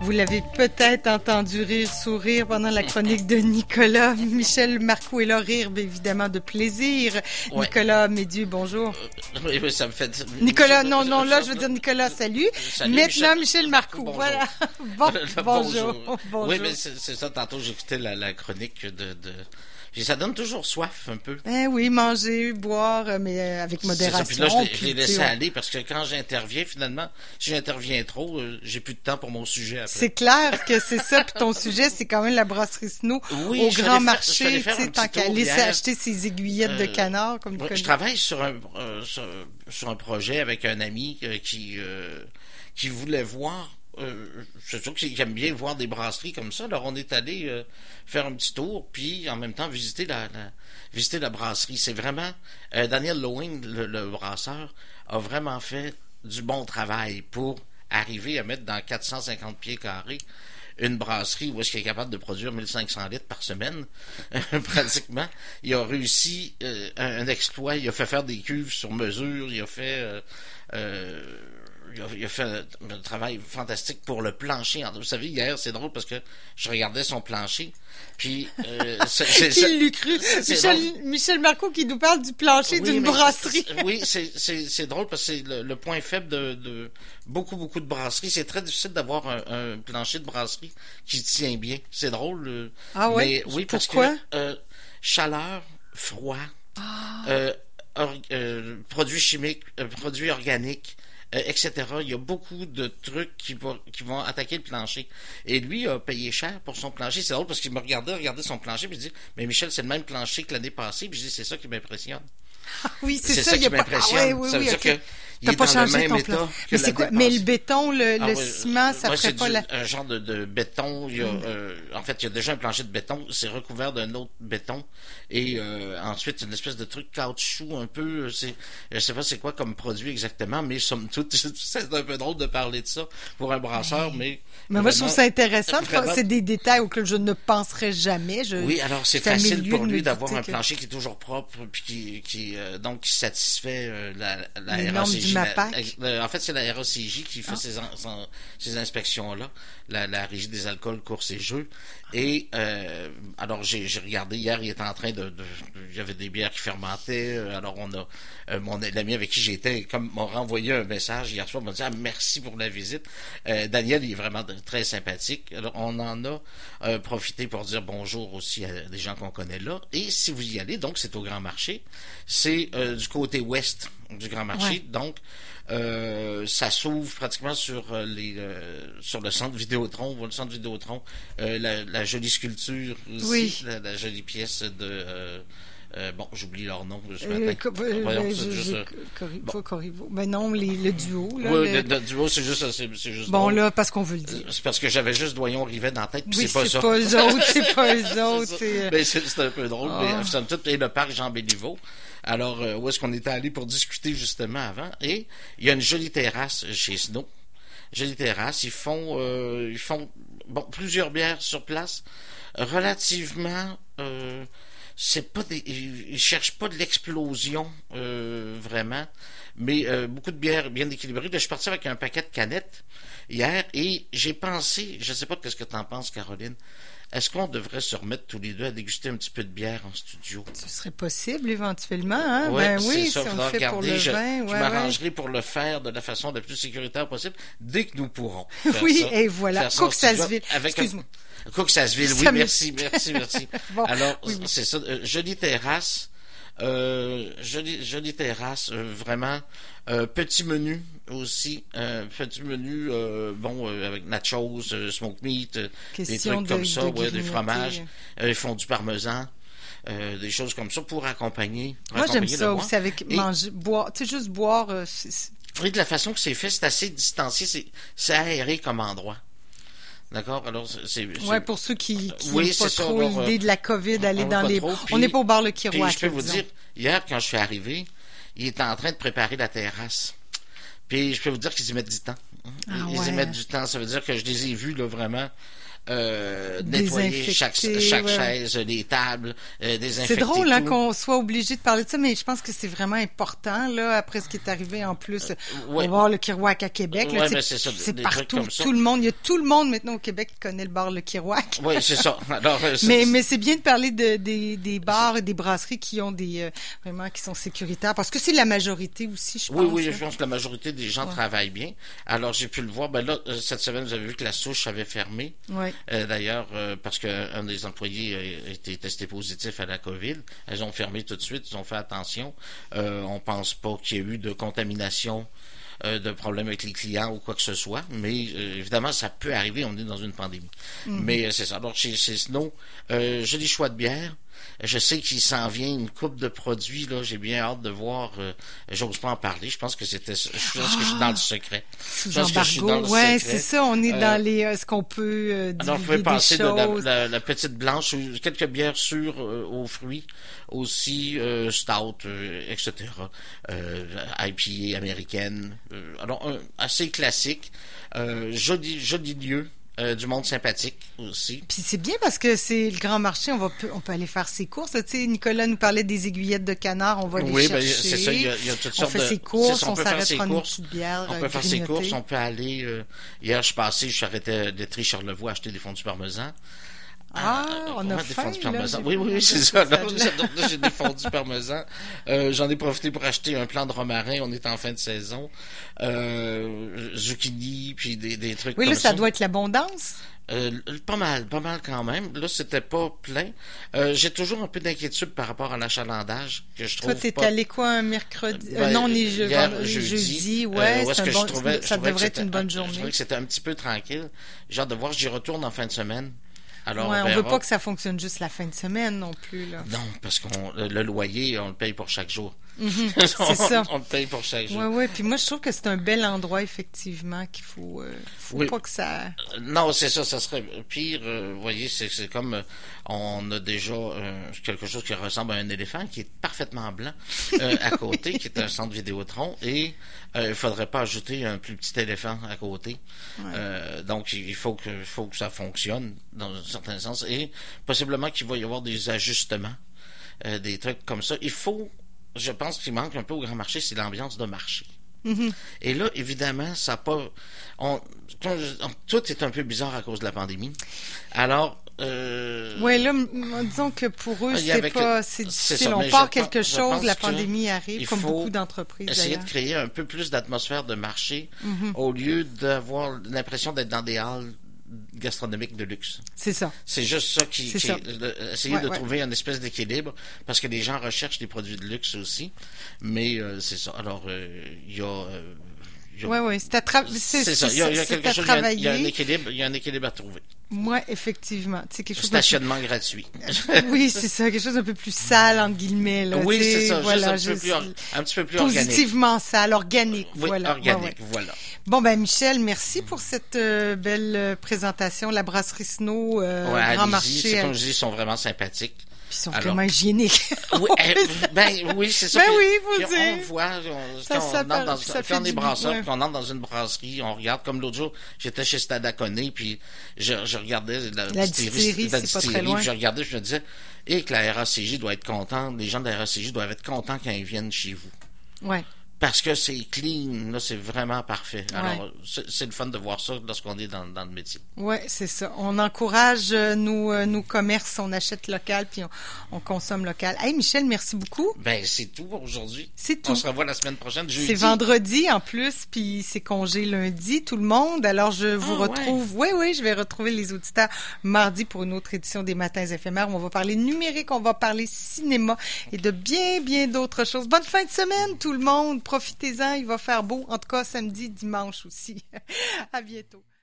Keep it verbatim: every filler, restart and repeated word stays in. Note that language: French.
Vous l'avez peut-être entendu rire, sourire pendant la chronique de Nicolas. Michel Marcoux est là, rire évidemment de plaisir. Ouais. Nicolas Médieu, bonjour. Euh, oui, oui, ça me fait... Nicolas, non, non, là, je veux dire Nicolas, salut. salut Maintenant, Michel, Michel Marcoux, bonjour. Voilà. Bon, bonjour. bonjour. bonjour. Oui, mais c'est, c'est ça, tantôt, j'écoutais la, la chronique de... de... Ça donne toujours soif, un peu. Eh oui, manger, boire, mais avec modération. Puis là, je l'ai, je l'ai laissé aller parce que quand j'interviens, finalement, si j'interviens trop, euh, j'ai plus de temps pour mon sujet après. C'est clair que c'est ça. Puis ton sujet, c'est quand même la brasserie Snow oui, au grand marché, tu sais, tant qu'à laisser acheter ses aiguillettes euh, de canard. Comme ouais, je travaille sur un, euh, sur, sur un projet avec un ami euh, qui, euh, qui voulait voir... Euh, c'est sûr qu'il aime bien voir des brasseries comme ça. Alors on est allé euh, faire un petit tour, puis en même temps visiter la, la visiter la brasserie. C'est vraiment euh, Daniel Lowing, le, le brasseur, a vraiment fait du bon travail pour arriver à mettre dans quatre cent cinquante pieds carrés une brasserie où est-ce qu'il est capable de produire mille cinq cents litres par semaine, pratiquement. Il a réussi euh, un, un exploit. Il a fait faire des cuves sur mesure. Il a fait euh, euh, Il a, il a fait un, un travail fantastique pour le plancher. Vous savez, hier, c'est drôle parce que je regardais son plancher. Puis, euh, c'est, c'est, qui l'eût cru? Michel, Michel Marcoux qui nous parle du plancher oui, d'une brasserie. Oui, c'est, c'est, c'est drôle parce que c'est le, le point faible de, de beaucoup, beaucoup de brasseries. C'est très difficile d'avoir un, un plancher de brasserie qui tient bien. C'est drôle. Ah ouais? Mais oui, parce Pourquoi? que euh, chaleur, froid, ah. euh, or, euh, produits chimiques, euh, produits organiques, Euh, et cetera. Il y a beaucoup de trucs qui, va, qui vont attaquer le plancher. Et lui a payé cher pour son plancher. C'est drôle parce qu'il me regardait regarder son plancher puis il dit « Mais Michel, c'est le même plancher que l'année passée. » Puis je dis « C'est ça qui m'impressionne. » Ah oui, c'est, c'est ça, ça qui m'impressionne. Ah, oui, oui, ça veut oui, dire okay. que T'as il pas est dans changé le même ton état plan. que mais c'est quoi? Mais le béton, le, ah, le ouais, ciment, ça ouais, ferait c'est pas du, la... un genre de, de béton. Il y a, mm. euh, en fait, il y a déjà un plancher de béton. C'est recouvert d'un autre béton. Et euh, ensuite, une espèce de truc caoutchouc un peu. C'est, je sais pas c'est quoi comme produit exactement, mais somme toute, c'est un peu drôle de parler de ça pour un brasseur, mais... Mais vraiment, moi, je trouve ça intéressant. Vraiment... C'est des détails auxquels je ne penserais jamais. Je, oui, alors c'est facile pour lui d'avoir un que... plancher qui est toujours propre, puis qui, qui euh, donc qui satisfait euh, la, la Les R A C J. Du MAPAC. La, en fait, c'est la R A C J qui fait ah. ces, en, ces inspections-là, la, la Régie des alcools, courses et jeux. Et euh, alors j'ai, j'ai regardé hier, il était en train de, de, il y avait des bières qui fermentaient. Alors on a euh, mon l'ami avec qui j'étais, comme m'a renvoyé un message hier soir, m'a dit ah, merci pour la visite. Euh, Daniel il est vraiment de, très sympathique. Alors on en a euh, profité pour dire bonjour aussi à des gens qu'on connaît là. Et si vous y allez, donc c'est au Grand Marché, c'est euh, du côté ouest du Grand Marché, ouais. donc. Euh, ça s'ouvre pratiquement sur euh, les euh, sur le centre Vidéotron, le centre Vidéotron, euh, la, la jolie sculpture aussi, oui. la, la jolie pièce de euh, euh, bon, j'oublie leur nom ce matin. Euh, co- euh, Voyons, c'est je, juste, je, Corrivo, bon. Corrivo. Ben non, les, le duo. Là, oui, le... le, le duo, c'est juste, c'est, c'est juste. Bon drôle. Là, parce qu'on veut le dire. C'est parce que j'avais juste Doyon Rivet dans la tête, puis oui, c'est pas c'est ça. Pas eux autres, c'est pas eux autres, c'est. c'est... Ben, c'est, c'est un peu drôle, oh. mais somme toute, et le parc Jean Béliveau. Alors, euh, où est-ce qu'on était allé pour discuter justement avant? Et il y a une jolie terrasse chez Snow. Jolie terrasse. Ils font, euh, ils font bon plusieurs bières sur place. Relativement, euh, c'est pas des, ils cherchent pas de l'explosion euh, vraiment, mais euh, beaucoup de bières bien équilibrées. Là, je suis parti avec un paquet de canettes hier et j'ai pensé, je sais pas qu'est-ce que t'en penses, Caroline. Est-ce qu'on devrait se remettre tous les deux à déguster un petit peu de bière en studio? Ce serait possible éventuellement, hein? Ouais, ben oui, ça, si on le fait pour le je, vin. Je ouais, m'arrangerai ouais. pour le faire de la façon la plus sécuritaire possible dès que nous pourrons. Oui, ça, et voilà. Cook-Sasseville. Excuse-moi. Cook-Sasseville, oui, merci, merci, merci. Bon, alors, oui, oui. c'est ça, euh, jolie terrasse, euh, jolie, jolie terrasse, euh, vraiment, euh, petit menu aussi, euh, petit menu, euh, bon, euh, avec nachos, euh, smoked meat, euh, des trucs de, comme ça, de ouais, des fromages, euh, ils font du parmesan. Euh, des choses comme ça pour accompagner. Pour Moi, accompagner j'aime ça aussi avec et, manger, boire. Tu sais, juste boire. Euh, c'est, c'est... Oui, de la façon que c'est fait, c'est assez distancié, c'est, c'est aéré comme endroit. D'accord? Alors, c'est. c'est ouais, pour ceux qui, qui oui, n'ont pas ça, trop alors, l'idée de la COVID, aller dans les. Trop, puis, on n'est pas au bar Le Kiroak. Je peux vous disons. dire, hier, quand je suis arrivé, il était en train de préparer la terrasse. Puis, je peux vous dire qu'ils y mettent du temps. Ah, ils ouais. y mettent du temps. Ça veut dire que je les ai vus, là, vraiment. euh, nettoyer chaque, chaque ouais. chaise, les tables, euh, désinfecter. C'est drôle tout. hein, qu'on soit obligé de parler de ça, mais je pense que c'est vraiment important là. Après ce qui est arrivé en plus, euh, ouais. on va voir le Kirouac à Québec. Là, ouais, mais c'est ça, c'est des partout. Comme ça. Tout le monde, il y a tout le monde maintenant au Québec qui connaît le bar Le Kirouac. Oui, c'est ça. Alors, c'est, mais mais c'est bien de parler de des des bars et des brasseries qui ont des euh, vraiment qui sont sécuritaires parce que c'est la majorité aussi, je pense. Oui, oui, là. je pense que la majorité des gens ouais. travaillent bien. Alors j'ai pu le voir. Ben là, cette semaine, vous avez vu que la souche avait fermé. Oui. Euh, d'ailleurs, euh, parce qu'un des employés a été testé positif à la COVID. Elles ont fermé tout de suite, ils ont fait attention. Euh, on pense pas qu'il y ait eu de contamination, euh, de problème avec les clients ou quoi que ce soit, mais euh, évidemment, ça peut arriver, on est dans une pandémie. Mm-hmm. Mais euh, c'est ça. Alors, chez, chez Snow, euh, j'ai des choix de bière. Je sais qu'il s'en vient une coupe de produits, là. J'ai bien hâte de voir. Euh, j'ose pas en parler. Je pense que c'était, je pense ah, que je suis dans le secret. Sous embargo. Ouais, c'est ça. On est euh, dans les, est-ce qu'on peut, euh, alors, on peut passer de la, la, la petite blanche ou quelques bières sûres euh, aux fruits, aussi, euh, stout, euh, et cetera. Euh, I P A américaine. Euh, alors, un, assez classique. Euh, joli, joli lieu. Euh, du monde sympathique aussi. Puis c'est bien parce que c'est le grand marché, on va on peut aller faire ses courses. Tu sais, Nicolas nous parlait des aiguillettes de canard, on va les oui, chercher. Oui, ben, c'est ça, il y a, il y a toutes on sortes fait de... ses courses, ça, on, on s'arrête prendre courses, une petite bière. On peut euh, faire grignotée. ses courses, on peut aller... Euh, hier, je suis passé, je suis arrêté de Tri Charlevoix acheter des fondus parmesan. Ah, euh, on a faim, des là, oui, oui, oui, c'est ça. Là, là, j'ai des fondus parmesan. Euh, j'en ai profité pour acheter un plant de romarin. On est en fin de saison. Euh, zucchini, puis des, des trucs oui, comme là, ça. ça doit être l'abondance. Euh, pas mal, pas mal quand même. Là, c'était pas plein. Euh, j'ai toujours un peu d'inquiétude par rapport à l'achalandage que je trouve. Toi, t'es pas... allé quoi un mercredi ben, euh, Non, on est je... hier, jeudi. jeudi. Ouais, euh, c'est un bon... je trouvais, ça je devrait être une bonne journée. Je trouvais que c'était un petit peu tranquille. J'ai hâte de voir. J'y retourne en fin de semaine. Alors, ouais, on, on veut pas que ça fonctionne juste la fin de semaine non plus là. Non, parce qu'on le loyer, on le paye pour chaque jour. Mm-hmm, c'est on, ça. On le paye pour chaque jour. Oui, oui. Puis moi, je trouve que c'est un bel endroit, effectivement, qu'il faut, euh, faut oui. pas que ça... Non, c'est ça. Ça serait pire. Euh, vous voyez, c'est, c'est comme... Euh, on a déjà euh, quelque chose qui ressemble à un éléphant, qui est parfaitement blanc, euh, à côté, qui est un centre Vidéotron, et il euh, faudrait pas ajouter un plus petit éléphant à côté. Ouais. Euh, donc, il faut que, il faut que ça fonctionne, dans un certain sens, et possiblement qu'il va y avoir des ajustements, euh, des trucs comme ça. Il faut... Je pense qu'il manque un peu au grand marché, c'est l'ambiance de marché. Mm-hmm. Et là, évidemment, ça n'a pas... On, on, tout est un peu bizarre à cause de la pandémie. Alors... Euh, oui, là, disons que pour eux, c'est pas... C'est, c'est difficile. Ça, on part quelque chose, la pandémie arrive, comme beaucoup d'entreprises, essayer d'ailleurs. de créer un peu plus d'atmosphère de marché, mm-hmm. au lieu d'avoir l'impression d'être dans des halles gastronomique de luxe. C'est ça. C'est juste ça qui, qui ça. Euh, essayer ouais, de ouais. trouver une espèce d'équilibre parce que les gens recherchent des produits de luxe aussi, mais euh, c'est ça. Alors il euh, y a euh, Oui, oui, c'est à travailler. C'est, c'est ça. Il y a, il y a quelque chose, il y a, il y a un équilibre, il y a un équilibre à trouver. Oui, effectivement. C'est quelque chose stationnement plus... gratuit. Oui, c'est ça, quelque chose d'un peu plus sale entre guillemets là. Oui, c'est ça. Voilà, juste un, petit peu plus, un petit peu plus positivement organique. sale, organique. Oui, voilà. organique. Ouais, ouais. Voilà. Bon ben Michel, merci pour cette euh, belle euh, présentation. La brasserie Snow, euh, ouais, grand marché. C'est comme je dis, ils sont vraiment sympathiques. Puis ils sont Alors, vraiment hygiéniques. oui, euh, ben oui, c'est ça. Ben puis, oui, faut puis dire. On voit, on, ça, quand, ça on entre dans, ça quand on est brasseur, ouais. puis qu'on entre dans une brasserie, on regarde, comme l'autre jour, j'étais chez Stadaconé, puis je, je regardais la, la distillerie, la c'est pas très loin. Puis je regardais, je me disais, et que la R A C J doit être contente, les gens de la R A C J doivent être contents quand ils viennent chez vous. Ouais. Parce que c'est clean, là, c'est vraiment parfait. Ouais. Alors, c'est, c'est le fun de voir ça lorsqu'on est dans, dans le métier. Oui, c'est ça. On encourage euh, nos, euh, nos commerces, on achète local, puis on, on consomme local. Hey, Michel, merci beaucoup. Ben, c'est tout pour aujourd'hui. C'est tout. On se revoit la semaine prochaine, jeudi. C'est vendredi, en plus, puis c'est congé lundi, tout le monde. Alors, je vous ah, retrouve... Ouais. Oui, oui, je vais retrouver les auditeurs mardi pour une autre édition des Matins éphémères. On va parler numérique, on va parler cinéma et de bien, bien d'autres choses. Bonne fin de semaine, tout le monde. Profitez-en, il va faire beau. En tout cas, samedi, dimanche aussi. À bientôt.